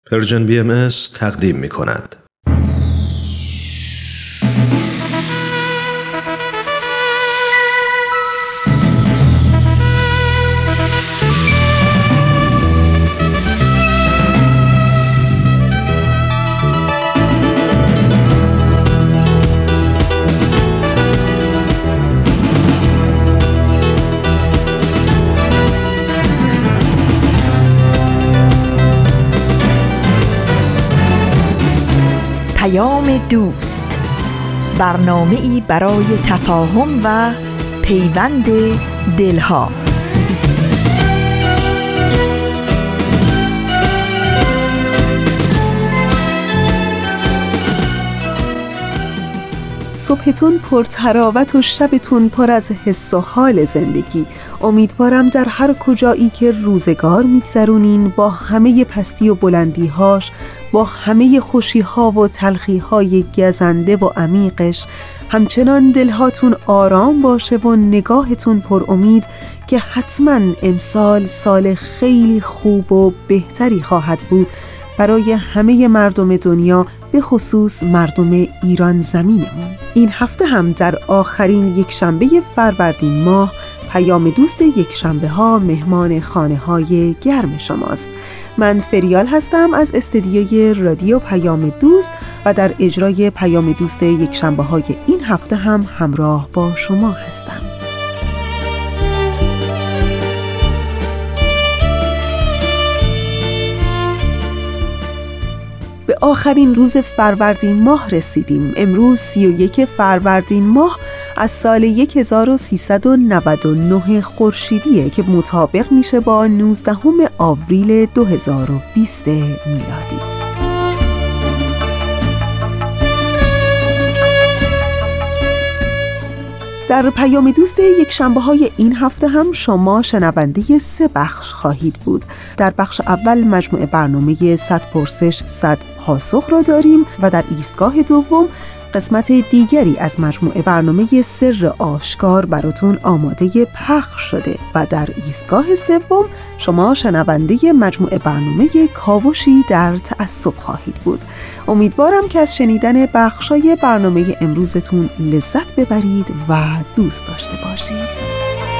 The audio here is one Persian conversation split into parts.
پرژن BMS تقدیم می کند. دوست، برنامه‌ای برای تفاهم و پیوند دلها. صبحتون پرتراوت و شبتون پر از حس و حال زندگی. امیدوارم در هر کجایی که روزگار میگذرونین با همه پستی و بلندیهاش، با همه خوشیها و تلخیهای گزنده و عمیقش، همچنان دلهاتون آرام باشه و نگاهتون پر امید که حتما امسال سال خیلی خوب و بهتری خواهد بود برای همه مردم دنیا، به خصوص مردم ایران زمینمون. این هفته هم در آخرین یکشنبه فروردین ماه پیام دوست یکشنبه ها مهمان خانه های گرم شماست. من فریال هستم از استدیوی رادیو پیام دوست و در اجرای پیام دوست یکشنبه های این هفته هم همراه با شما هستم. به آخرین روز فروردین ماه رسیدیم. امروز 31 فروردین ماه از سال 1399 خورشیدیه که مطابق میشه با 19 آوریل 2020 میلادی. در پیام دوست یکشنبه های این هفته هم شما شنونده 3 بخش خواهید بود. در بخش اول مجموعه برنامه 100 پرسش 100 پاسخ را داریم و در ایستگاه دوم قسمت دیگری از مجموعه برنامه سر آشکار براتون آماده پخش شده و در ایستگاه سوم شما شنونده مجموعه برنامه کاوشی در تعصب خواهید بود. امیدوارم که از شنیدن بخشای برنامه امروزتون لذت ببرید و دوست داشته باشید.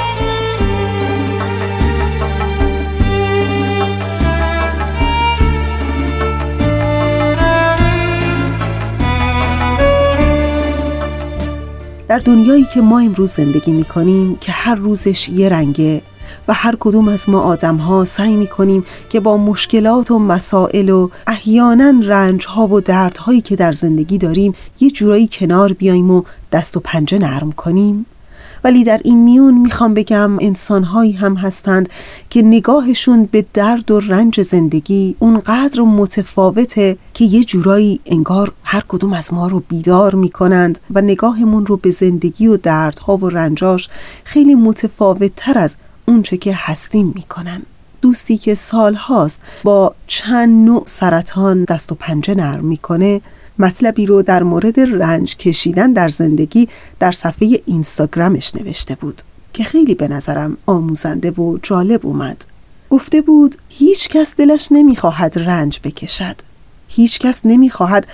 در دنیایی که ما امروز زندگی می‌کنیم که هر روزش یه رنگه و هر کدوم از ما آدم‌ها سعی می‌کنیم که با مشکلات و مسائل و احیاناً رنج‌ها و دردهایی که در زندگی داریم یه جورایی کنار بیاییم و دست و پنجه نرم کنیم. ولی در این میون میخوام بگم انسان‌هایی هم هستند که نگاهشون به درد و رنج زندگی اونقدر متفاوته که یه جورایی انگار هر کدوم از ما رو بیدار میکنند و نگاهمون رو به زندگی و دردها و رنجاش خیلی متفاوت تر از اونچه که هستیم میکنن. دوستی که سالهاست با چند نوع سرطان دست و پنجه نرم میکنه مطلبی رو در مورد رنج کشیدن در زندگی در صفحه اینستاگرامش نوشته بود که خیلی به نظرم آموزنده و جالب اومد. گفته بود هیچ کس دلش نمیخواهد رنج بکشد، هیچ کس نمیخواهد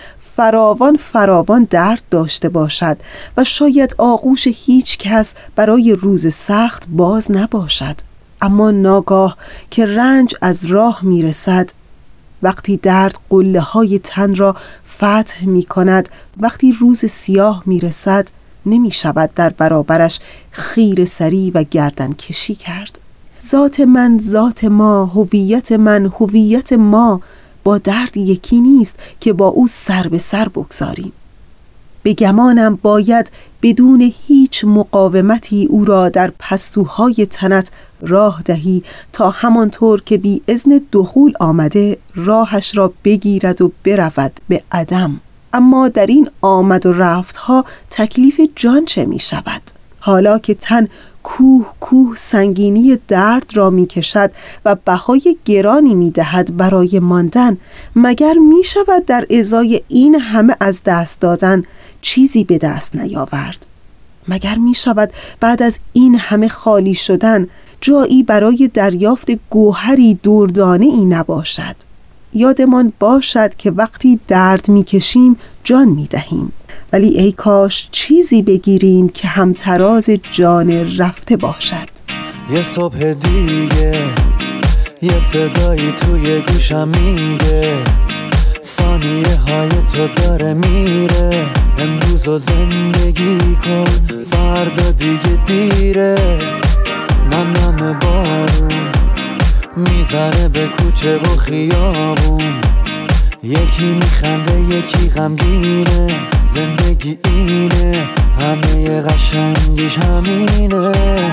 فراوان درد داشته باشد و شاید آغوش هیچ کس برای روز سخت باز نباشد. اما ناگاه که رنج از راه میرسد، وقتی درد قله های تن را فتح می کند، وقتی روز سیاه می رسد، نمی شود در برابرش خیر سری و گردن کشی کرد. ذات من ذات ما، هویت من هویت ما با درد یکی نیست که با او سر به سر بگذاریم. به گمانم باید بدون هیچ مقاومتی او را در پستوهای تنت راه دهی تا همانطور که بی اذن دخول آمده راهش را بگیرد و برود به عدم. اما در این آمد و رفتها تکلیف جان چه می شود؟ حالا که تن کوه سنگینی درد را می کشد و بهای گرانی می دهد برای ماندن، مگر می شود در ازای این همه از دست دادن چیزی به دست نیاورد؟ مگر می شود بعد از این همه خالی شدن جایی برای دریافت گوهری دردانه ای نباشد؟ یادمان باشد که وقتی درد میکشیم جان میدهیم، ولی ای کاش چیزی بگیریم که همتراز جان رفته باشد. یه صبح دیگه یه صدایی توی گوشم میگه ثانیه های تو داره میره، امروز زندگی کن فردا دیگه دیره. نم بارون میزنه به کوچه و خیابون، یکی میخنده یکی غمگینه، زندگی اینه همه قشنگیش همینه.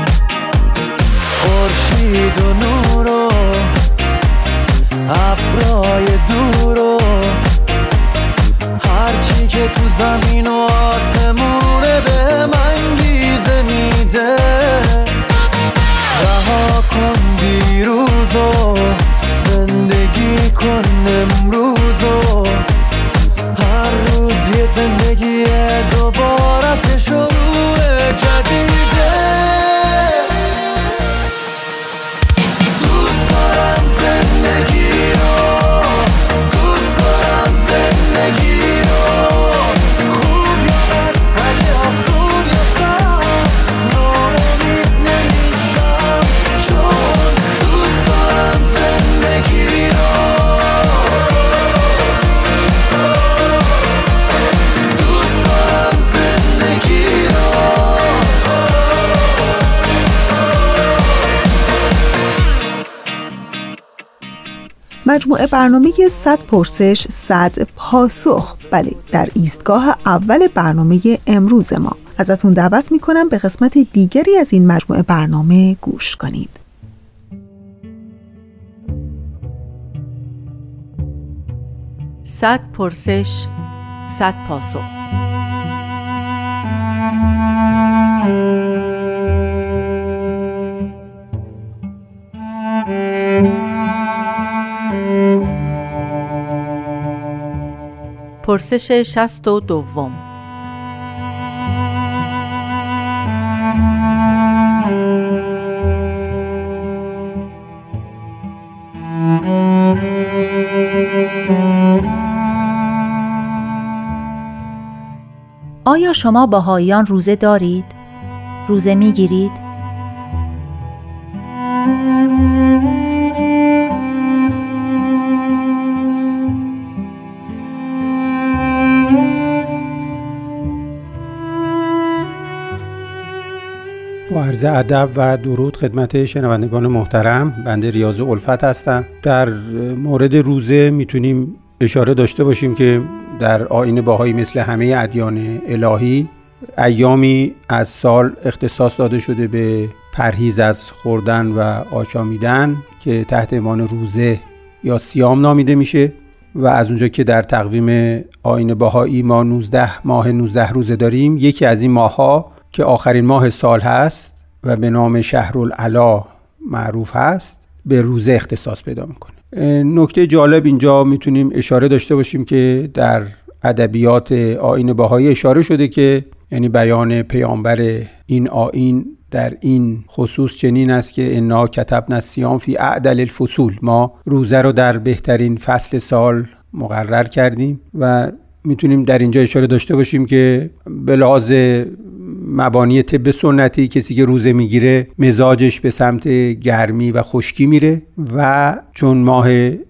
خورشید و نور و ابرای دور و هرچی که تو زمین و آسمونه به من گیزه میده. رها کن دیروزو زندگی کن امروزو، هر روز یه زندگی دوباره از شروع جدیده. دوست دارم زندگی رو، دوست دارم زندگی رو، خوب یا بد اگه آسون یا سخت ناامید نمیشم، چون دوست دارم زندگی رو، دوست دارم زندگی رو. مجموعه برنامه 100 پرسش 100 پاسخ، بله، در ایستگاه اول برنامه امروز ما. ازتون دعوت میکنم به قسمت دیگری از این مجموعه برنامه گوش کنید. 100 پرسش 100 پاسخ. پرسش 62. آیا شما بهائیان روزه دارید؟ روزه میگیرید؟ با عرض ادب و درود خدمت شنوندگان محترم، بنده ریاض الفت هستم. در مورد روزه میتونیم اشاره داشته باشیم که در آیین بهایی مثل همه ادیان الهی ایامی از سال اختصاص داده شده به پرهیز از خوردن و آشامیدن که تحت عنوان روزه یا صیام نامیده میشه و از اونجا که در تقویم آیین بهایی ما 19 روزه داریم، یکی از این ماه‌ها که آخرین ماه سال هست و به نام شهرالعلا معروف هست به روزه اختصاص پیدا میکنه. نکته جالب اینجا میتونیم اشاره داشته باشیم که در ادبیات آیین بهایی اشاره شده که یعنی بیان پیامبر این آیین در این خصوص چنین است که انا کتبنا الصیام فی اعدل الفصول، ما روزه رو در بهترین فصل سال مقرر کردیم و میتونیم در اینجا اشاره داشته باشیم که به لحاظ مبانی طب سنتی کسی که روزه میگیره مزاجش به سمت گرمی و خشکی میره و چون ماه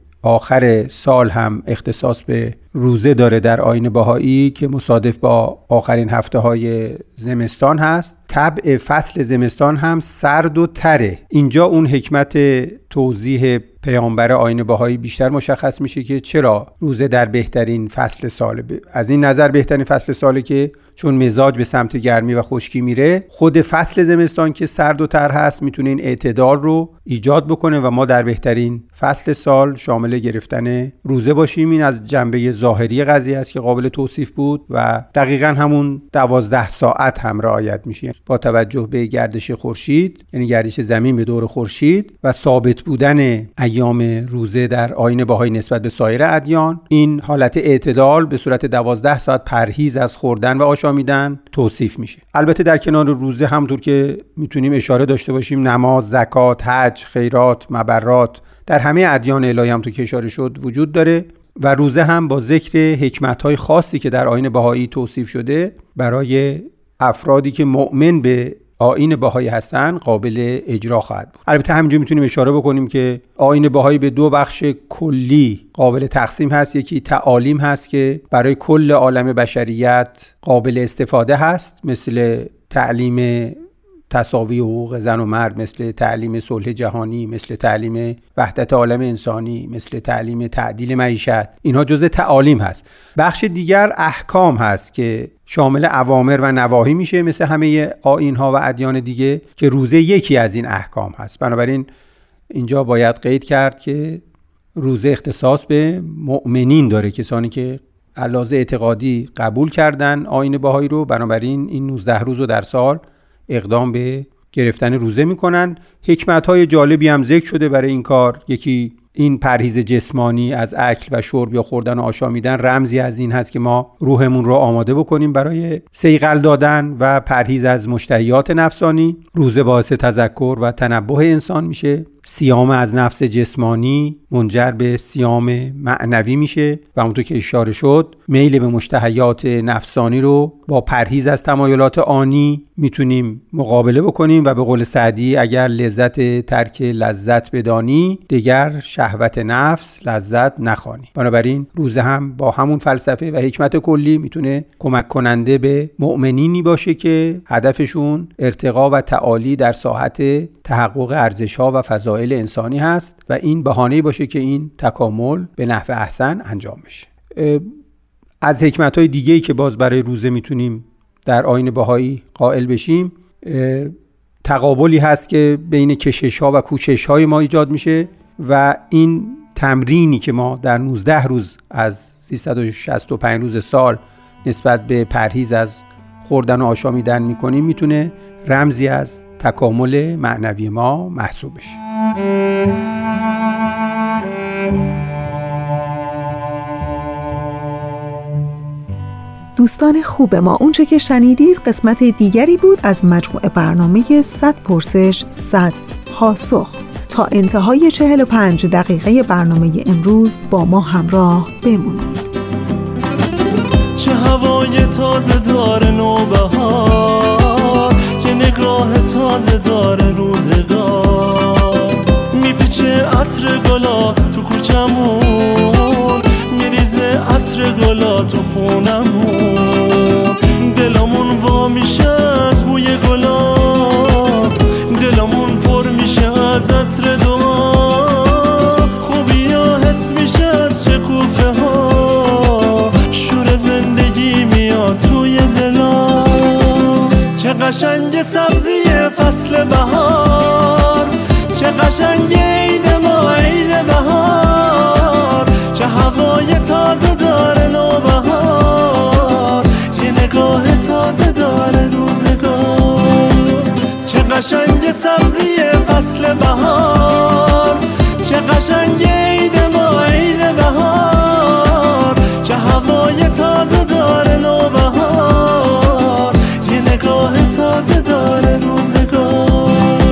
آخر سال هم اختصاص به روزه داره در آیین بهایی که مصادف با آخرین هفته های زمستان هست، طبع فصل زمستان هم سرد و تره. اینجا اون حکمت توضیح پیامبر آیین بهایی بیشتر مشخص میشه که چرا روزه در بهترین فصل ساله. از این نظر بهترین فصل ساله که چون مزاج به سمت گرمی و خشکی میره، خود فصل زمستان که سرد و تر هست میتونه این اعتدال رو ایجاد بکنه و ما در بهترین فصل سال شامل گرفتن روزه باشیم. این از جنبه ظاهری قضیه است که قابل توصیف بود و دقیقاً همون 12 ساعت هم رعایت میشه با توجه به گردش خورشید، یعنی گردش زمین به دور خورشید و ثابت بودن ایام روزه در آیین بهایی نسبت به سایر ادیان. این حالت اعتدال به صورت 12 ساعت پرهیز از خوردن و آشامیدن توصیف میشه. البته در کنار روزه همونطور که میتونیم اشاره داشته باشیم نماز، زکات، حج، خیرات، مبرات، در همه ادیان الهی هم تو که اشاره شد وجود داره و روزه هم با ذکر حکمت‌های خاصی که در آیین بهایی توصیف شده برای افرادی که مؤمن به آیین بهایی هستن قابل اجرا خواهد بود. البته همینجا میتونیم اشاره بکنیم که آیین بهایی به دو بخش کلی قابل تقسیم هست. یکی تعالیم هست که برای کل عالم بشریت قابل استفاده هست، مثل تعلیم تساوی حقوق زن و مرد، مثل تعلیم صلح جهانی، مثل تعلیم وحدت عالم انسانی، مثل تعلیم تعدیل معیشت. اینها جزء تعالیم هست. بخش دیگر احکام هست که شامل اوامر و نواهی میشه، مثل همه آیین‌ها و ادیان دیگه که روزه یکی از این احکام هست. بنابراین اینجا باید قید کرد که روزه اختصاص به مؤمنین داره، کسانی که علاوه اعتقادی قبول کردن آیین بهایی رو، بنابراین این 19 روز رو در سال اقدام به گرفتن روزه میکنن. حکمت‌های جالبی هم ذکر شده برای این کار. یکی این پرهیز جسمانی از اکل و شرب یا خوردن و آشامیدن رمزی از این هست که ما روحمون رو آماده بکنیم برای صیقل دادن و پرهیز از مشتهیات نفسانی. روزه باعث تذکر و تنبه انسان میشه. صیام از نفس جسمانی منجر به صیام معنوی میشه و همونطور که اشاره شد میل به مشتهیات نفسانی رو با پرهیز از تمایلات آنی میتونیم مقابله بکنیم و به قول سعدی اگر لذت ترک لذت بدانی دیگر شهوت نفس لذت نخوانی. بنابراین روزه هم با همون فلسفه و حکمت کلی میتونه کمک کننده به مؤمنینی باشه که هدفشون ارتقا و تعالی در ساحت تحقق ارزش‌ها و فضایل انسانی هست و این بهانه‌ای باشه که این تکامل به نحو احسن انجام بشه. از حکمت‌های دیگه‌ای که باز برای روزه میتونیم در آیین بهایی قائل بشیم، تقابلی هست که بین کشش‌ها و کوشش‌های ما ایجاد میشه و این تمرینی که ما در 19 روز از 365 روز سال نسبت به پرهیز از خوردن و آشامیدن میکنیم میتونه رمزی از تکامل معنوی ما محسوب بشه. دوستان خوب ما، اونچه که شنیدید قسمت دیگری بود از مجموعه برنامه 100 پرسش 100 پاسخ. تا انتهای 45 دقیقه برنامه امروز با ما همراه بمونید. چه هوای تازه داره نوبهار، یه نگاه تازه داره روزگار، میپیچه عطر گلا تو کوچمون، میریزه عطر گلا تو خونمون، دلمون وا میشه از بوی گلا، دلمون پر میشه از عطر دعا، خوبی ها حس میشه از شکوفه ها، شور زندگی میاد توی دلا. چه قشنگ سبزی فصل بهار، چه قشنگ عید ما عید بهار، چه هوای تازه داره نوبهار، یه نگاه تازه داره روزگار. چه قشنگ سبزی فصل بهار، چه قشنگ عید ما عید بهار، چه هوای تازه داره نوبهار، یه نگاه تازه داره روزگار.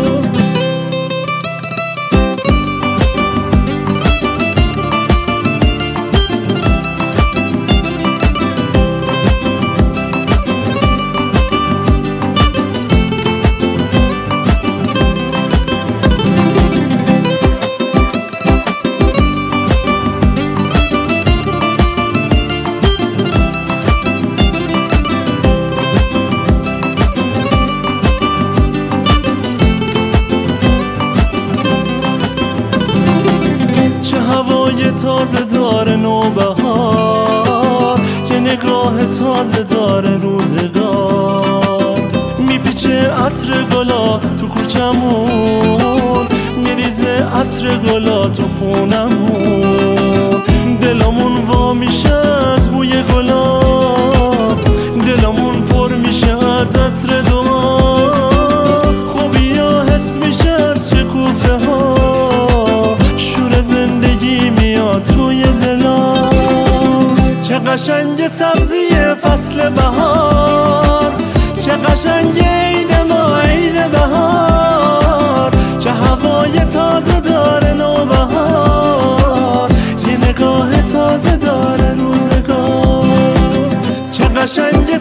تازه داره نوبهار، یه نگاه تازه داره روزگار، میپیچه عطر گلا تو کوچمون، میریزه عطر گلا تو خونمون، دلمون وا میشه از بوی گلا، دلمون پر میشه از عطر دعا، خوبی ها حس میشه از شکوفه ها، شور زندگی میاد توی دلا. چه قشنگ سبزی فصل بهار، چه قشنگ عید ما عید بهار، چه هوای تازه داره نوبهار،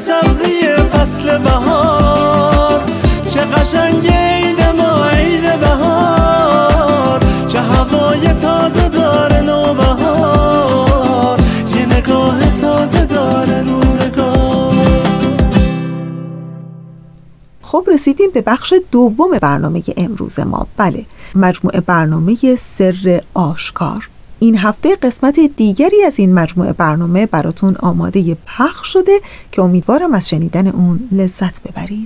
سبزی فصل بهار، چه قشنگ عید ما عید بهار، چه هوای تازه داره نوبهار، یه نگاه تازه داره روزگار. خب رسیدیم به بخش دوم برنامه امروز ما. بله، مجموعه برنامه سر آشکار. این هفته قسمت دیگری از این مجموعه برنامه براتون آماده پخش شده که امیدوارم از شنیدن اون لذت ببرید.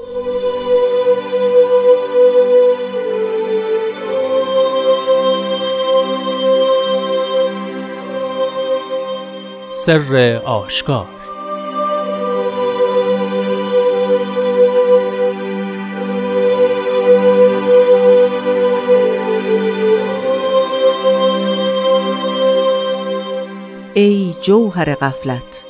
سر آشکار. ای جوهر غفلت،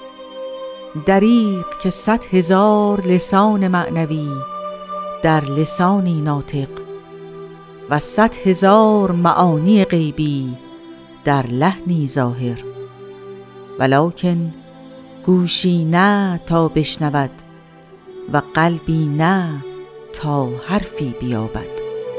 دریغ که 100,000 لسان معنوی در لسانی ناطق و 100,000 معانی غیبی در لحنی ظاهر، ولکن گوشی نه تا بشنود و قلبی نه تا حرفی بیابد.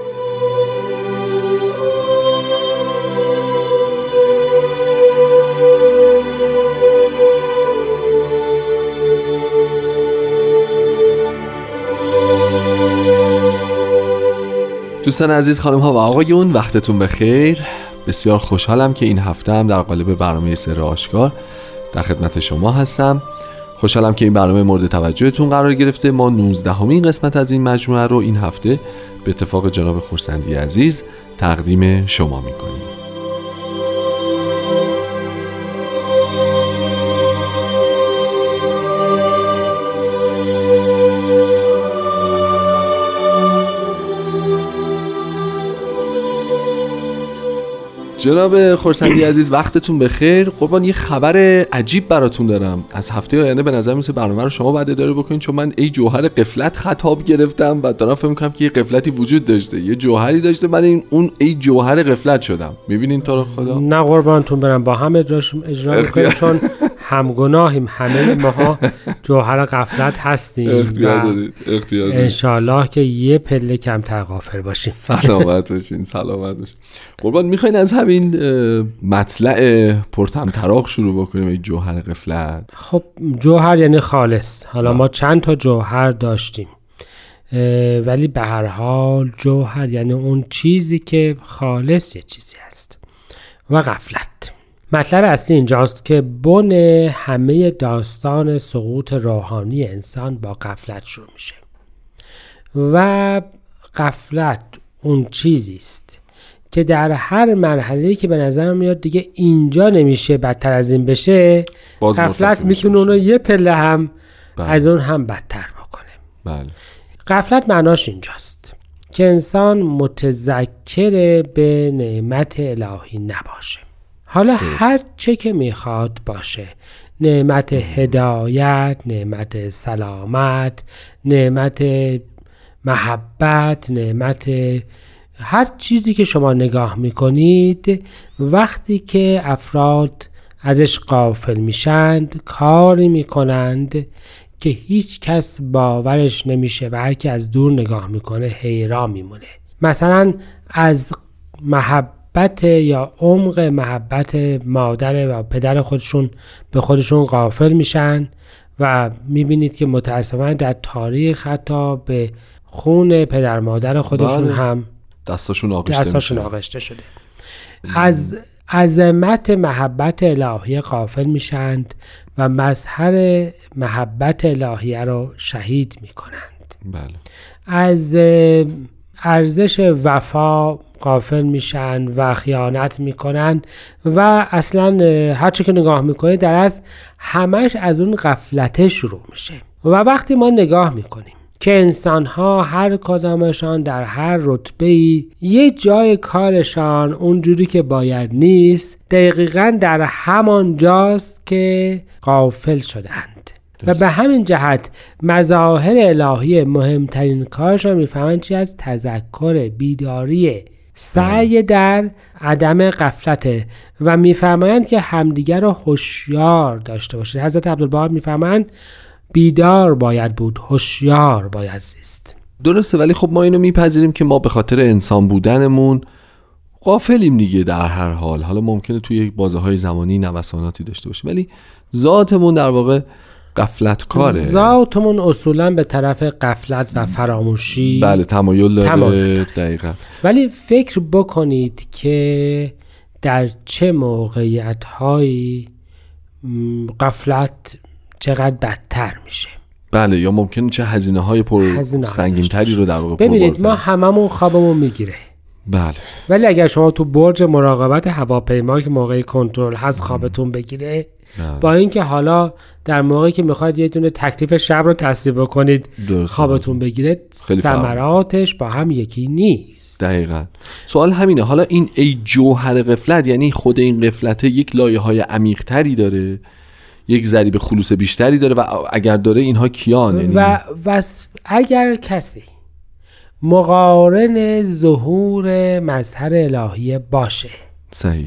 دوستان عزیز، خانم ها و آقایون، وقتتون بخیر. بسیار خوشحالم که این هفته هم در قالب برنامه سر آشکار در خدمت شما هستم. خوشحالم که این برنامه مورد توجهتون قرار گرفته. ما 19مین قسمت از این مجموعه رو این هفته به اتفاق جناب خورسندی عزیز تقدیم شما میکنیم. جناب خورسندی عزیز، وقتتون بخیر. قربان، یه خبر عجیب براتون دارم. از هفته آینده به نظر میسه برنامه رو شما باید اداره بکنید، چون من ای جوهر غفلت خطاب گرفتم و دارم فکر می‌کنم که یه غفلتی وجود داشته، یه جوهری داشته، من اون ای جوهر غفلت شدم. می‌بینین تو رو خدا؟ نه قربانتون برم، با هم اجرا می‌کنیم، چون همگناهیم، همه ماها جوهر غفلت هستیم. اختیار دارید. انشالله که یه پله کمتر غافل باشیم. سلامت باشین. قربان، می‌خواین از همین مطلع پرطمطراق شروع بکنیم، این جوهر غفلت؟ خب جوهر یعنی خالص. حالا ما چند تا جوهر داشتیم، ولی به هر حال جوهر یعنی اون چیزی که خالص یه چیزی هست. و غفلت، مطلب اصلی اینجاست که بن همه داستان سقوط روحانی انسان با غفلت شروع میشه و غفلت اون چیزی است که در هر مرحله‌ای که به نظر میاد دیگه اینجا نمیشه، بدتر از این بشه، غفلت میتونه اونو یه پله هم از اون هم بدتر بکنه. بله. غفلت معناش اینجاست که انسان متذکر به نعمت الهی نباشه. حالا هر چه که میخواد باشه، نعمت هدایت، نعمت سلامت، نعمت محبت، نعمت هر چیزی که شما نگاه میکنید، وقتی که افراد ازش غافل میشند کاری میکنند که هیچ کس باورش نمیشه و هر کی از دور نگاه میکنه حیران میمونه. مثلا از محبت یا عمق محبت مادر و پدر خودشون به خودشون غافل میشن و میبینید که متاسفانه در تاریخ حتی به خون پدر مادر خودشون هم دستاشون آغشته شده. از عظمت محبت الهی غافل میشند و مظهر محبت الهی رو شهید میکنند. بله. از ارزش وفا غافل میشن و خیانت میکنن و اصلا هر چه که نگاه میکنه در از همش از اون غفلته شروع میشه. و وقتی ما نگاه میکنیم که انسان‌ها هر کدامشان در هر رتبه‌ای یه جای کارشان اونجوری که باید نیست، دقیقاً در همان جاست که غافل شدند و به همین جهت مظاهر الهی مهمترین کارشان میفهمند چی از تذکر، بیداری، سعی در عدم غفلته و میفرمایند که همدیگر رو هوشیار داشته باشید. حضرت عبدالبها میفرمایند بیدار باید بود، هوشیار باید زیست. درسته، ولی خب ما اینو میپذیریم که ما به خاطر انسان بودنمون غافلیم دیگه در هر حال. حالا ممکنه توی یک بازه‌های زمانی نوساناتی داشته باشه، ولی ذاتمون در واقع غفلتکاره. ذاتمون اصولا به طرف غفلت و فراموشی بله تمایل داره. دقیقاً. ولی فکر بکنید که در چه موقعیت‌هایی غفلت چقدر بدتر میشه. بله، یا ممکنه چه هزینه‌های سنگین‌تری رو در واقع ببینید ما هممون خوابمون میگیره. بله. ولی اگر شما تو برج مراقبت هواپیما که موقع کنترل هست خوابتون بگیره، با اینکه حالا در موقعی که میخواید یه دونه تکلیف شب رو تصویب بکنید خوابتون بگیره، ثمراتش با هم یکی نیست. دقیقاً. سوال همینه، حالا این ای جوهر غفلت، یعنی خود این غفلت یک لایه‌های عمیق‌تری داره، یک ضریب خلوص بیشتری داره، و اگر داره اینها کیان؟ یعنی و اگر کسی مقارن ظهور مظهر الهی باشه، صحیح،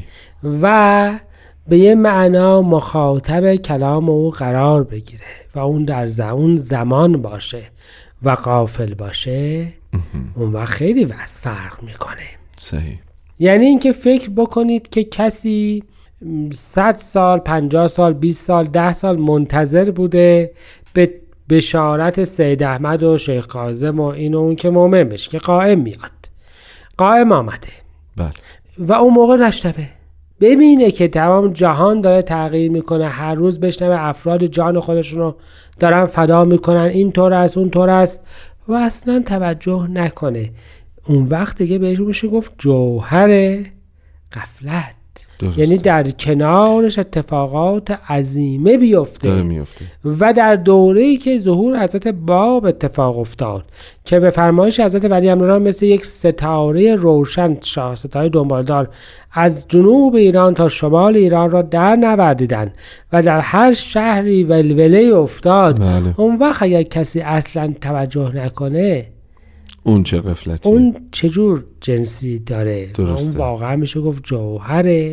و به یه معنا مخاطب کلام او قرار بگیره و اون در اون زمان باشه و غافل باشه، اون وقت خیلی وضع فرق میکنه. صحیح. یعنی اینکه فکر بکنید که کسی 100 سال، 50 سال، 20 سال، 10 سال منتظر بوده به بشارت سید احمد و شیخ کاظم و این و اون که مومن بشه که قائم میاد. قائم آمده. بله. و اون موقع نشنوه، ببینه که تمام جهان داره تغییر میکنه، هر روز بشنوه افراد جان خودشون رو دارن فدا میکنن، این طور است اون طور است، و اصلا توجه نکنه. اون وقت دیگه بهش میشه گفت جوهر غفلت. درست. یعنی در کنارش اتفاقات عظیمه بیفته و در دوره‌ای که ظهور حضرت باب اتفاق افتاد که به فرمایش حضرت ولی امرالله مثل یک ستاره روشن، شاه ستاره دنبالدار، از جنوب ایران تا شمال ایران را در نوردیدن و در هر شهری ولوله افتاد. بله. اون وقت اگر کسی اصلا توجه نکنه، اون چه غفلتی، اون چجور جنسی داره، درسته. اون واقعا میشه گفت جوهر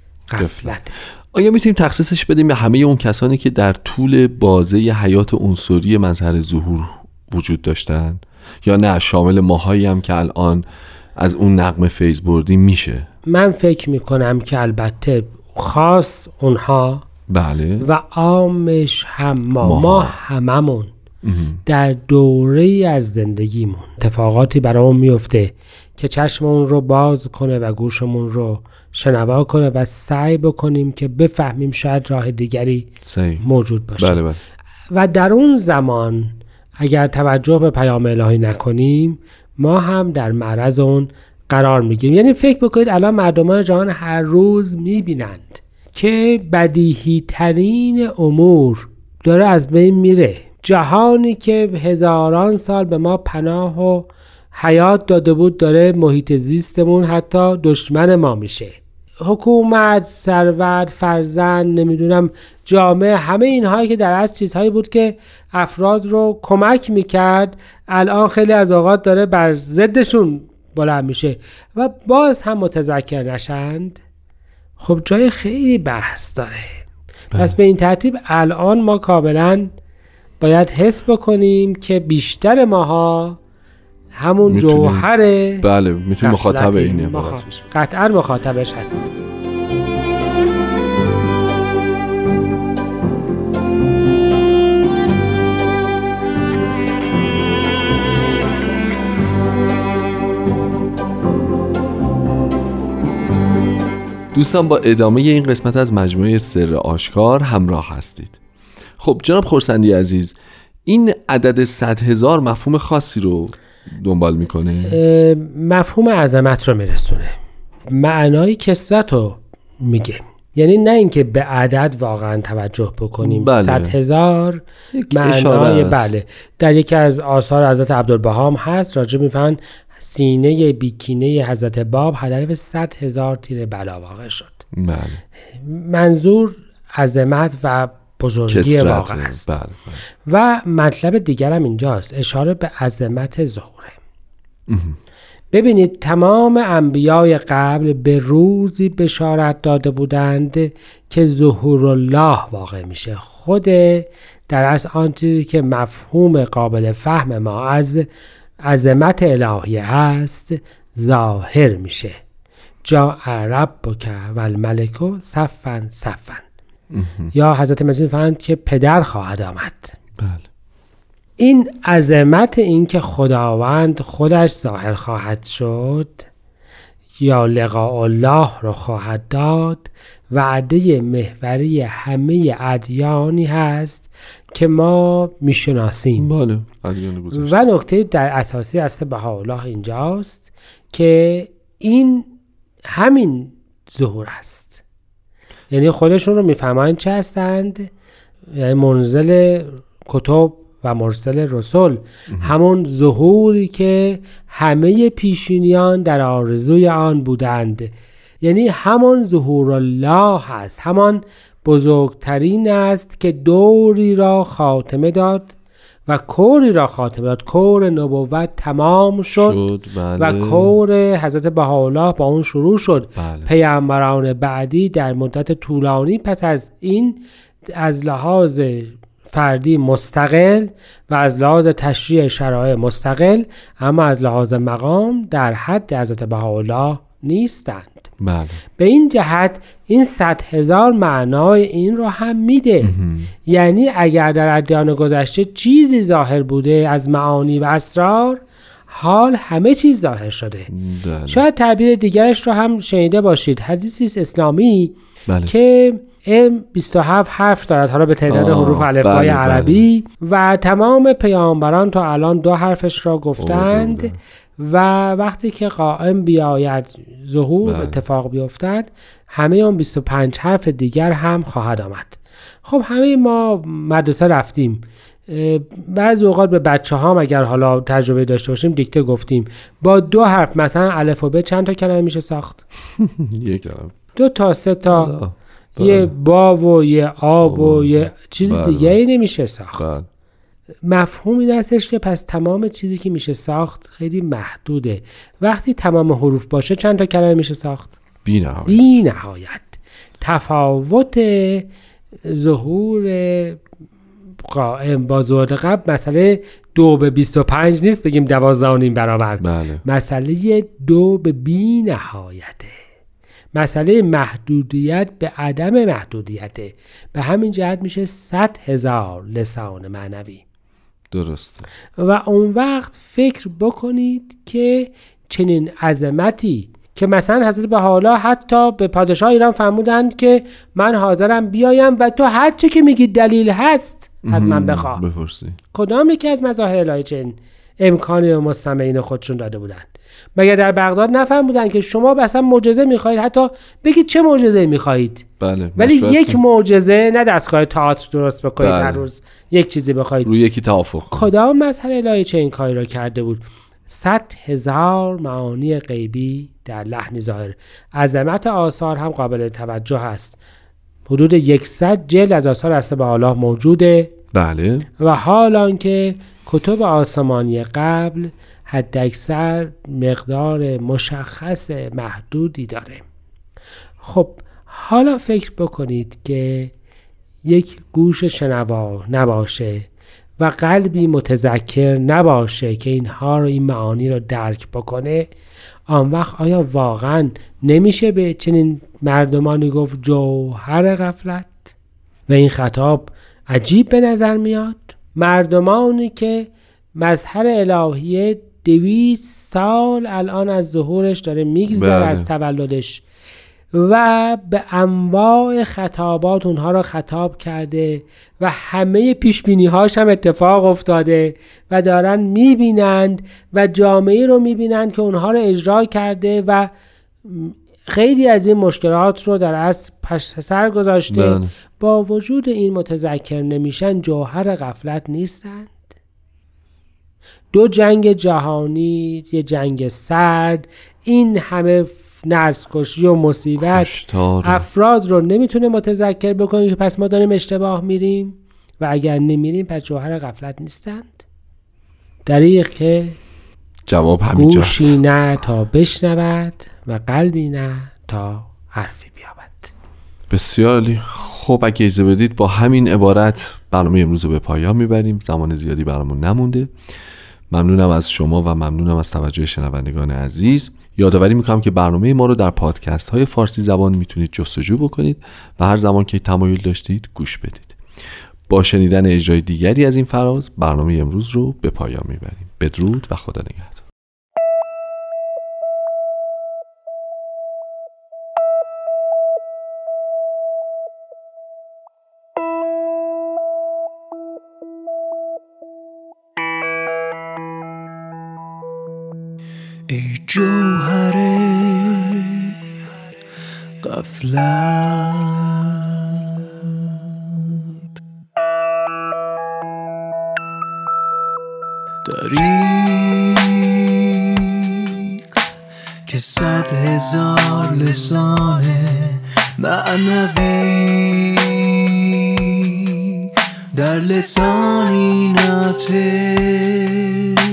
غفلت. آیا میتونیم تخصیصش بدیم به همه اون کسانی که در طول بازه حیات عنصری مظهر ظهور وجود داشتن، یا نه شامل ماهایی هم که الان از اون نغمه فیض بردیم میشه؟ من فکر میکنم که البته خاص اونها، بله، و عامش هم ما هممون در دوره‌ای از زندگیمون اتفاقاتی برامون میفته که چشممون رو باز کنه و گوشمون رو شنوا کنه و سعی بکنیم که بفهمیم شاید راه دیگری موجود باشه. بله. و در اون زمان اگر توجه به پیام الهی نکنیم، ما هم در معرض اون قرار میگیریم. یعنی فکر بکنید الان مردمان جهان هر روز میبینند که بدیهی ترین امور داره از بین میره. جهانی که هزاران سال به ما پناه و حیات داده بود داره محیط زیستمون حتی دشمن ما میشه. حکومت، ثروت، فرزند، نمیدونم جامعه، همه اینهایی که در اصل چیزهایی بود که افراد رو کمک میکرد، الان خیلی از اوقات داره بر ضدشون بلند میشه و باز هم متذکر نشند. خب جای خیلی بحث داره. پس به این ترتیب الان ما کاملا باید حس بکنیم که بیشتر ماها همون جوهر، بله، میتونیم مخاطب اینه، قطعا مخاطبش هستیم. دوستان با ادامه این قسمت از مجموعه سر آشکار همراه هستید. خب جناب خورسندی عزیز، این عدد 100,000 مفهوم خاصی رو دنبال میکنه؟ مفهوم عظمت رو میرسونه، معنای کثرت رو میگه. یعنی نه اینکه به عدد واقعا توجه بکنیم. بله. 100,000 معنای، بله، در یکی از آثار حضرت عبدالبها هست راجع میفهمن سینه بیکینه حضرت باب هدف 100,000 تیر بلا واقع شد. بله. منظور عظمت و بزرگی واقع است. بله. و مطلب دیگرم اینجاست، اشاره به عظمت ظهوره. ببینید تمام انبیای قبل به روزی بشارت داده بودند که ظهور الله واقع میشه. خود در اصل آن چیزی که مفهوم قابل فهم ما از عظمت الهی هست ظاهر میشه. جاء ربک و الملک صفا صفا. یا حضرت مسیح می‌فرمایند که پدر خواهد آمد. بله. این عظمت این که خداوند خودش ظاهر خواهد شد یا لقاء الله رو خواهد داد وعده محوری همه ادیانی هست که ما میشناسیم. بله. ادیان گذشته. و نکته در اساسی است بهاءالله اینجاست که این همین ظهور است. یعنی خودشون رو میفهمند چه هستند؟ یعنی منزل کتب و مرسل رسول، همون ظهوری که همه پیشینیان در آرزوی آن بودند. یعنی همون ظهور الله هست، همان بزرگترین است که دوری را خاتمه داد و کوری را خاتمه داد. کور نبوت تمام شد بله. و کور حضرت بهاءالله با اون شروع شد. بله. پیامبران بعدی در مدت طولانی پس از این از لحاظ فردی مستقل و از لحاظ تشریع شرایع مستقل، اما از لحاظ مقام در حد حضرت بهاءالله نیستند. بله. به این جهت این 100,000 معنای این رو هم میده. یعنی اگر در ادیان گذشته چیزی ظاهر بوده از معانی و اسرار، حال همه چیز ظاهر شده. شاید تعبیر دیگرش رو هم شنیده باشید. حدیثی اسلامی که علم 27 حرف دارد، حالا به تعداد حروف الفبای عربی و تمام پیامبران تا الان 2 حرفش را گفتند و وقتی که قائم بیاید ظهور اتفاق بیفتد همه اون 25 حرف دیگر هم خواهد آمد. خب همه ما مدرسه رفتیم، بعضی اوقات به بچه ها اگر حالا تجربه داشته باشیم دیکته گفتیم. با 2 حرف مثلا الف و ب چند تا کلمه میشه ساخت؟ 1 کلمه. 2 تا 3 تا یه با و یه آب و یه چیز دیگه ای نمیشه ساخت. مفهوم این هستش که پس تمام چیزی که میشه ساخت خیلی محدوده. وقتی تمام حروف باشه چند تا کلمه میشه ساخت؟ بی نهایت. تفاوت ظهور قائم با ظهور قبل مسئله 2 به 25 نیست بگیم 12.5 برابر. مسئله 2 به بی نهایته. مسئله محدودیت به عدم محدودیته. به همین جهت میشه 100,000 لسان معنوی. درسته. و اون وقت فکر بکنید که چنین عظمتی که مثلا حضرت بهاءالله حتی به پادشاه ایران فرمودند که من حاضرم بیایم و تو هر چی که میگی دلیل هست از من بخواه. بپرسی. کدام یکی از مظاهر الهی چنین امکانی به مستمعین خودشون داده بودند؟ مگر در بغداد نفرمودند که شما مثلا معجزه میخواهید، حتی بگید چه معجزه میخواهید؟ بله. ولی یک معجزه، نه دستگاه تئاتر درست بکنید هر روز یک چیزی بخواید. روی یکی توافق. کدام مظهر الهی چه این کاری را کرده بود؟ 100,000 معانی غیبی در لحن ظاهر. عظمت آثار هم قابل توجه است. حدود 100 جلد از آثار حضرت بهاءالله موجوده. بله. و حالان که کتب آسمانی قبل حد اکثر مقدار مشخص محدودی داره. خب حالا فکر بکنید که یک گوش شنوا نباشه و قلبی متذکر نباشه که اینها رو، این معانی رو درک بکنه، آن وقت آیا واقعا نمیشه به چنین مردمانی گفت جوهر غفلت؟ و این خطاب عجیب به نظر میاد. مردمانی که مظهر الهیه 200 سال الان از ظهورش داره میگذره، از تولدش، و به انواع خطابات اونها رو خطاب کرده و همه پیشبینی هاش هم اتفاق افتاده و دارن میبینند و جامعه رو میبینند که اونها رو اجرا کرده و خیلی از این مشکلات رو در اصل پشت سر گذاشته. با وجود این متذکر نمیشن، جوهر غفلت نیستند. 2 جنگ جهانی، یه جنگ سرد، این همه نسل‌کشی و مصیبت افراد رو نمیتونه متذکر بکنه که پس ما داریم اشتباه میریم و اگر نمیریم پس جوهر غفلت نیستند. دریغ که جواب همینجاست. گوشی نه تا بشنود و قلبی نه تا حرفی بیابد. بسیار عالی. خب اگه اجازه بدید با همین عبارت برنامه امروز رو به پایان میبریم. زمان زیادی برامون نمونده. ممنونم از شما و ممنونم از توجه شنوندگان عزیز. یادآوری میکنم که برنامه ما رو در پادکست های فارسی زبان میتونید جستجو بکنید و هر زمان که تمایل داشتید گوش بدید. با شنیدن اجرای دیگری از این فراز برنامه امروز رو به پایان میبریم. بدرود و خدا نگهدار. ای جوهر غفلت دریغ که 100,000 لسان معنوی در لسانی ناطق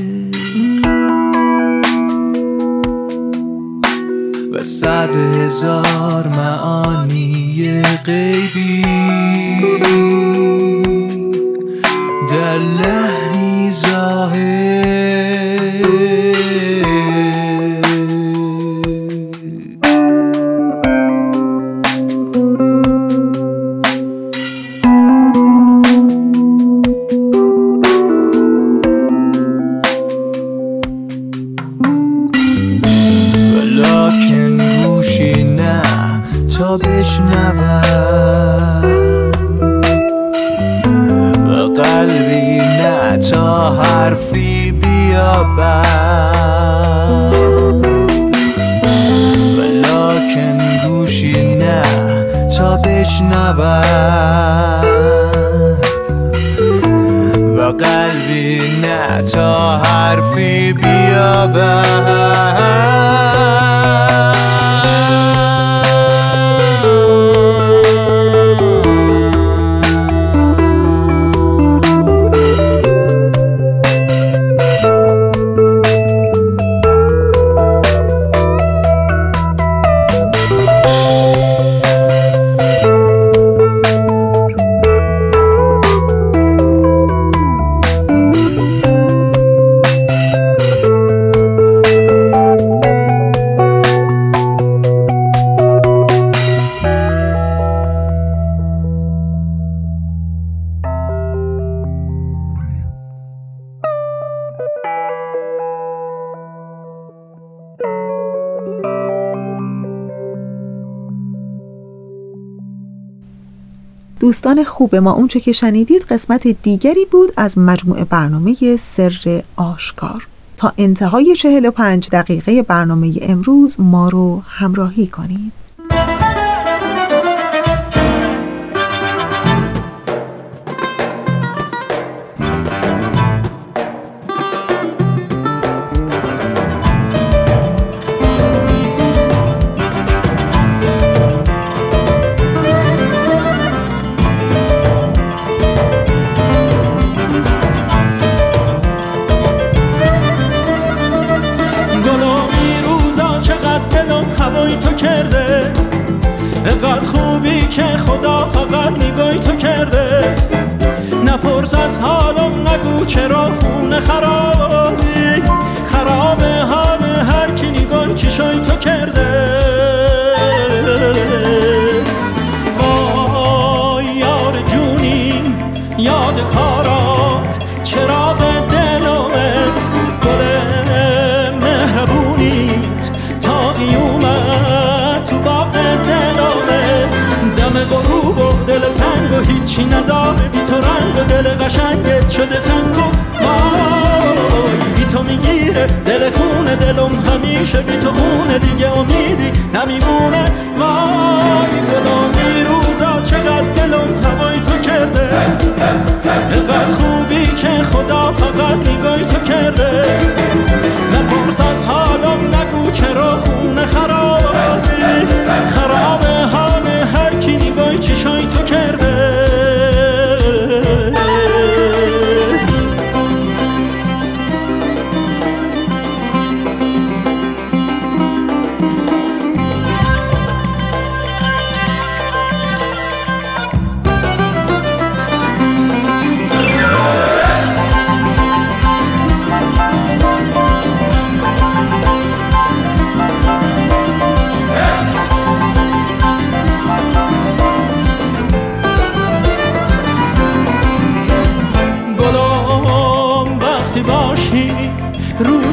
و 100,000 معانی غیبی در لحنی ظاهر. ولکن گوشی نه تا بشنود و قلبی نه تا حرفی بیابد. ولکن گوشی نه تا بشنود و قلبی نه تا حرفی بیابد. دوستان خوب ما، اونچه که شنیدید قسمت دیگری بود از مجموعه برنامه سر آشکار. تا انتهای 45 دقیقه برنامه امروز ما رو همراهی کنید. نپرس از حالم، نگو چرا خونه خرابی، خراب حال هر کی نگاه چشای تو کرده. وای یار جونی، یاد کارات، چراغ دلمه، گل مهربونیت تا اومد تو باغ دلمه. دم غروب و دل تنگ و هیچی نداره بی تو، رنگ و دل قشنگت شده سنگ و وای بی تو میگیره دل خونه دلم، همیشه بی تو خونه دیگه امیدی نمیمونه. وای گلامی روزا چقدر دلم هوای تو کرده، اینقدر خوبی که خدا فقط نگاهی تو کرده. نپرس از حالم، نگو چرا خونه خرابی، خراب حال هر کی نگاهی چشای تو کرده.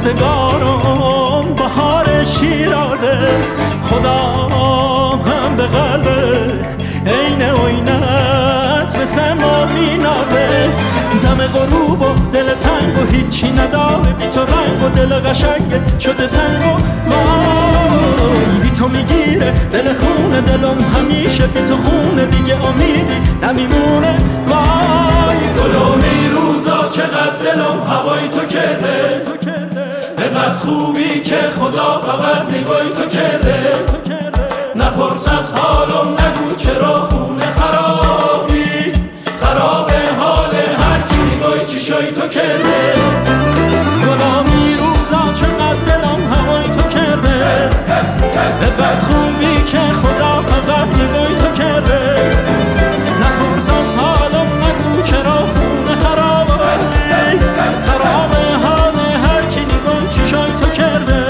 روزگارم بهار شیرازه، خدا هم به قلب عین عینت به سما مینازه. دم غروب و دل تنگ و هیچی نداره بی تو رنگ و دل قشنگ شده سنگ و وای بی تو میگیره دل خونه دلم همیشه بی تو خونه دیگه امیدی نمیمونه. وای گلومی روزا چقدر دلم هوای تو کرده، اینقدر خوبی که خدا فقط نگاهی تو کرده. نپرس از حالم نگو چرا خونه خرابی، خراب حال هر کی نگاهی چشای تو کرده. گلامی روزا چقدر دلم هوای تو کرده، اینقدر خوبی که خدا فقط نگاهی تو کرده. نپرس از حالم نگو چرا خونه خرابی، خراب حال هر کی نگاهی چشای تو کرده.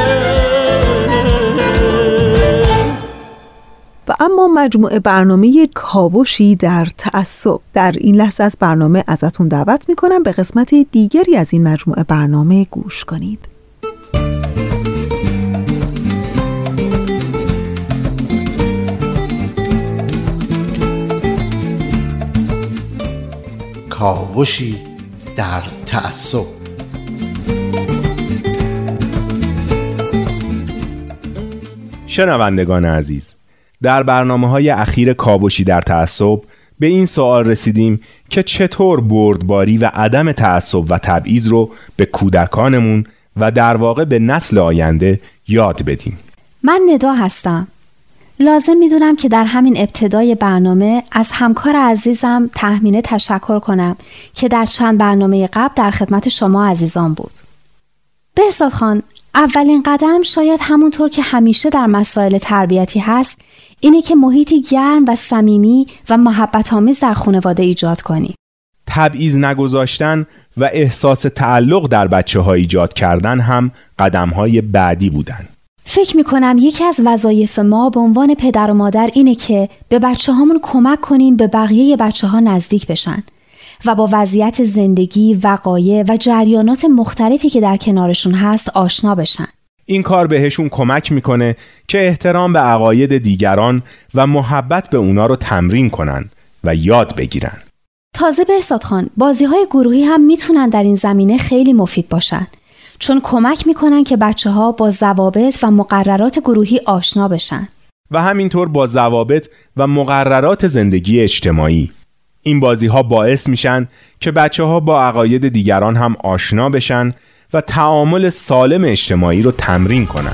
و اما مجموعه برنامه کاوشی در تعصب. در این لحظه از برنامه ازتون دعوت میکنم به قسمت دیگری از این مجموعه برنامه گوش کنید. کاوشی در تعصب. شنوندگان عزیز، در برنامه‌های اخیر کاوشی در تعصب به این سوال رسیدیم که چطور بردباری و عدم تعصب و تبعیض رو به کودکانمون و در واقع به نسل آینده یاد بدیم. من ندا هستم. لازم میدونم که در همین ابتدای برنامه از همکار عزیزم تهمینه تشکر کنم که در چند برنامه قبل در خدمت شما عزیزان بود. بهزاد خان، اولین قدم شاید همونطور که همیشه در مسائل تربیتی هست اینه که محیطی گرم و صمیمی و محبت آمیز در خانواده ایجاد کنی. تبعیض نگذاشتن و احساس تعلق در بچه‌ها ایجاد کردن هم قدم‌های بعدی بودن. فکر میکنم یکی از وظایف ما به عنوان پدر و مادر اینه که به بچه‌هامون کمک کنیم به بقیه بچه‌ها نزدیک بشن و با وضعیت زندگی، وقایع و جریانات مختلفی که در کنارشون هست آشنا بشن. این کار بهشون کمک میکنه که احترام به عقاید دیگران و محبت به اونا رو تمرین کنن و یاد بگیرن. تازه بهزاد خان، بازی‌های گروهی هم میتونن در این زمینه خیلی مفید باشن، چون کمک میکنن که بچه‌ها با ضوابط و مقررات گروهی آشنا بشن و همینطور با ضوابط و مقررات زندگی اجتماعی. این بازی‌ها باعث میشن که بچه‌ها با عقاید دیگران هم آشنا بشن و تعامل سالم اجتماعی رو تمرین کنن.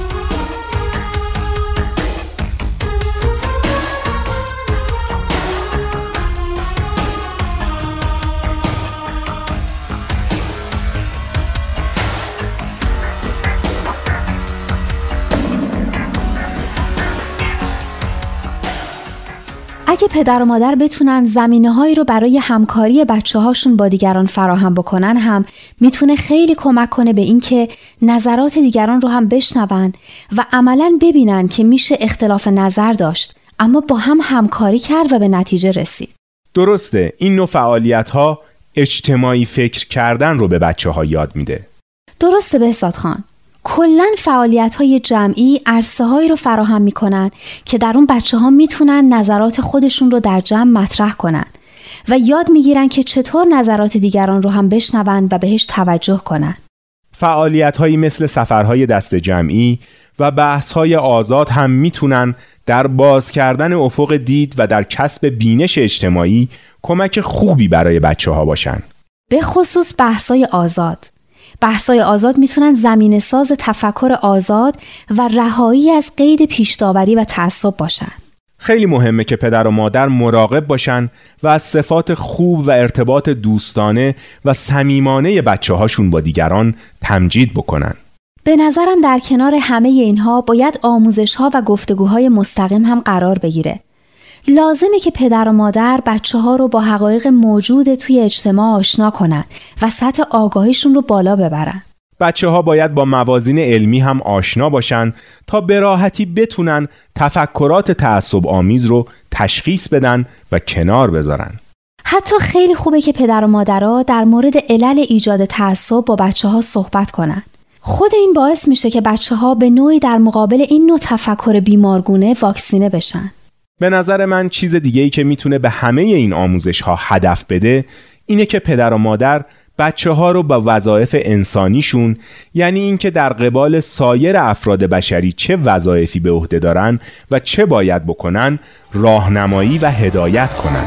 اگه پدر و مادر بتونن زمینه‌هایی رو برای همکاری بچه‌هاشون با دیگران فراهم بکنن هم میتونه خیلی کمک کنه به این که نظرات دیگران رو هم بشنون و عملاً ببینن که میشه اختلاف نظر داشت اما با هم همکاری کرد و به نتیجه رسید. درسته، این نوع فعالیت‌ها اجتماعی فکر کردن رو به بچه‌ها یاد میده. درسته بهزاد خان. کلاً فعالیت‌های جمعی عرصه‌هایی رو فراهم می‌کنن که در اون بچه‌ها میتونن نظرات خودشون رو در جمع مطرح کنن و یاد می‌گیرن که چطور نظرات دیگران رو هم بشنون و بهش توجه کنن. فعالیت‌هایی مثل سفرهای دست جمعی و بحث‌های آزاد هم میتونن در باز کردن افق دید و در کسب بینش اجتماعی کمک خوبی برای بچه‌ها باشن. به خصوص بحث‌های آزاد. بحث‌های آزاد میتونن زمینه ساز تفکر آزاد و رهایی از قید پیش‌داوری و تعصب باشن. خیلی مهمه که پدر و مادر مراقب باشن و از صفات خوب و ارتباط دوستانه و صمیمانه بچه‌هاشون با دیگران تمجید بکنن. به نظرم در کنار همه اینها باید آموزش‌ها و گفتگوهای مستقیم هم قرار بگیره. لازمه که پدر و مادر بچه‌ها رو با حقایق موجود توی اجتماع آشنا کنن و سطح آگاهیشون رو بالا ببرن. بچه‌ها باید با موازین علمی هم آشنا باشن تا به راحتی بتونن تفکرات تعصب آمیز رو تشخیص بدن و کنار بذارن. حتی خیلی خوبه که پدر و مادرها در مورد علل ایجاد تعصب با بچه‌ها صحبت کنن. خود این باعث میشه که بچه‌ها به نوعی در مقابل این نوع تفکر بیمارگونه واکسینه بشن. به نظر من چیز دیگه‌ای که میتونه به همه این آموزش‌ها هدف بده اینه که پدر و مادر بچه‌ها رو با وظایف انسانیشون، یعنی اینکه در قبال سایر افراد بشری چه وظایفی به عهده دارن و چه باید بکنن، راهنمایی و هدایت کنن.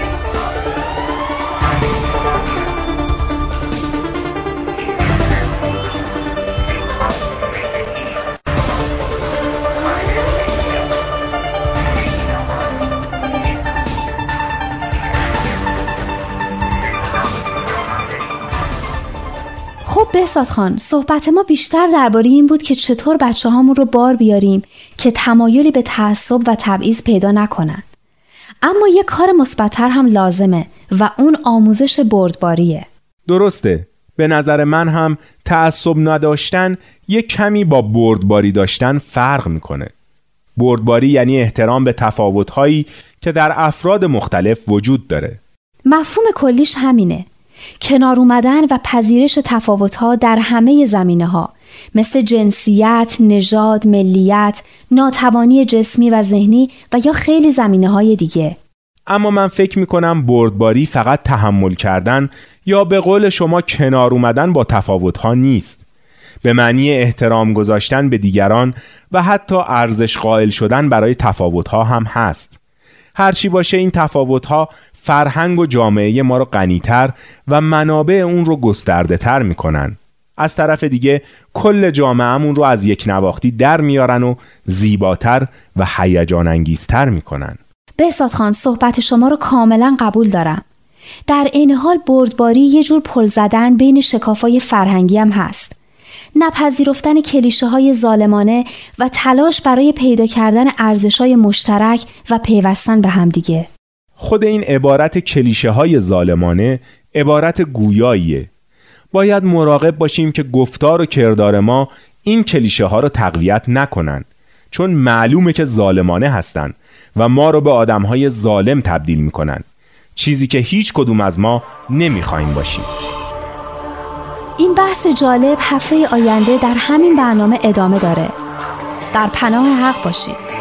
بهزاد خان، صحبت ما بیشتر درباره این بود که چطور بچه‌هامون رو بار بیاریم که تمایلی به تعصب و تبعیض پیدا نکنن. اما یک کار مثبت‌تر هم لازمه و اون آموزش بردباریه. درسته. به نظر من هم تعصب نداشتن یک کمی با بردباری داشتن فرق میکنه. بردباری یعنی احترام به تفاوت‌هایی که در افراد مختلف وجود داره. مفهوم کلیش همینه. کنار اومدن و پذیرش تفاوت‌ها در همه زمینه‌ها مثل جنسیت، نژاد، ملیت، ناتوانی جسمی و ذهنی و یا خیلی زمینه‌های دیگه. اما من فکر می‌کنم بردباری فقط تحمل کردن یا به قول شما کنار اومدن با تفاوت‌ها نیست. به معنی احترام گذاشتن به دیگران و حتی ارزش قائل شدن برای تفاوت‌ها هم هست. هرچی باشه این تفاوت‌ها فرهنگ و جامعه ما رو غنی‌تر و منابع اون رو گسترده‌تر میکنن. از طرف دیگه کل جامعه‌مون رو از یک نواختی در میارن و زیباتر و هیجان انگیزتر میکنن. بهزاد خان، صحبت شما رو کاملا قبول دارم. در این حال بردباری یه جور پل زدن بین شکافای فرهنگی هم هست. نپذیرفتن کلیشه‌های ظالمانه و تلاش برای پیدا کردن ارزش‌های مشترک و پیوستن به هم دیگه. خود این عبارت کلیشه‌های ظالمانه عبارت گویاییه. باید مراقب باشیم که گفتار و کردار ما این کلیشه‌ها رو تقویت نکنن، چون معلومه که ظالمانه هستن و ما رو به آدم‌های ظالم تبدیل میکنن، چیزی که هیچ کدوم از ما نمیخوایم باشیم. این بحث جالب هفته آینده در همین برنامه ادامه داره. در پناه حق باشید.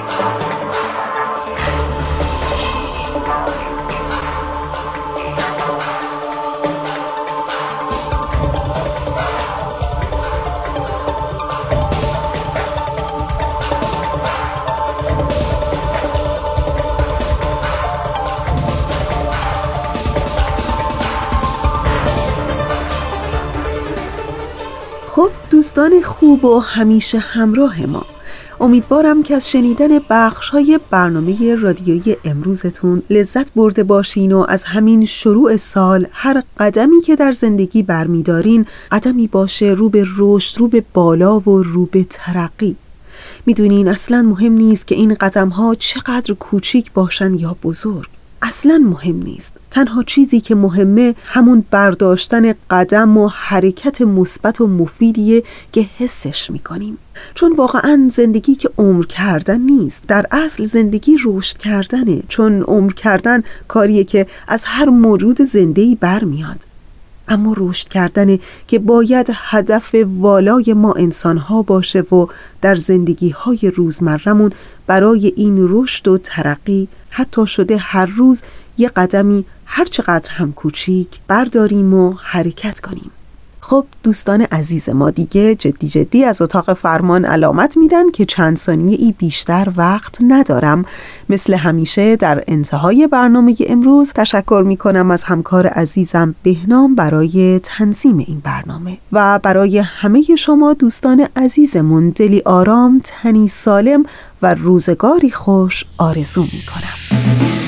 خب دوستان خوب و همیشه همراه ما، امیدوارم که از شنیدن بخش‌های برنامه رادیویی امروزتون لذت برده باشین و از همین شروع سال هر قدمی که در زندگی برمیدارین قدمی باشه رو به رشد، رو به بالا و رو به ترقی. میدونین اصلا مهم نیست که این قدم‌ها چقدر کوچیک باشن یا بزرگ، اصلا مهم نیست. تنها چیزی که مهمه همون برداشتن قدم و حرکت مثبت و مفیدیه که حسش میکنیم. چون واقعا زندگی که عمر کردن نیست، در اصل زندگی رشد کردنه. چون عمر کردن کاریه که از هر موجود زنده‌ای برمیاد، اما رشد کردنه که باید هدف والای ما انسان‌ها باشه و در زندگی‌های روزمرمون برای این رشد و ترقی حتی شده هر روز یه قدمی هر چقدر هم کوچیک برداریم و حرکت کنیم. خب دوستان عزیز ما، دیگه جدی از اتاق فرمان علامت میدن که چند ثانیه‌ای بیشتر وقت ندارم. مثل همیشه در انتهای برنامه امروز تشکر میکنم از همکار عزیزم بهنام برای تنظیم این برنامه و برای همه شما دوستان عزیزمون دلی آرام، تنی سالم و روزگاری خوش آرزو میکنم.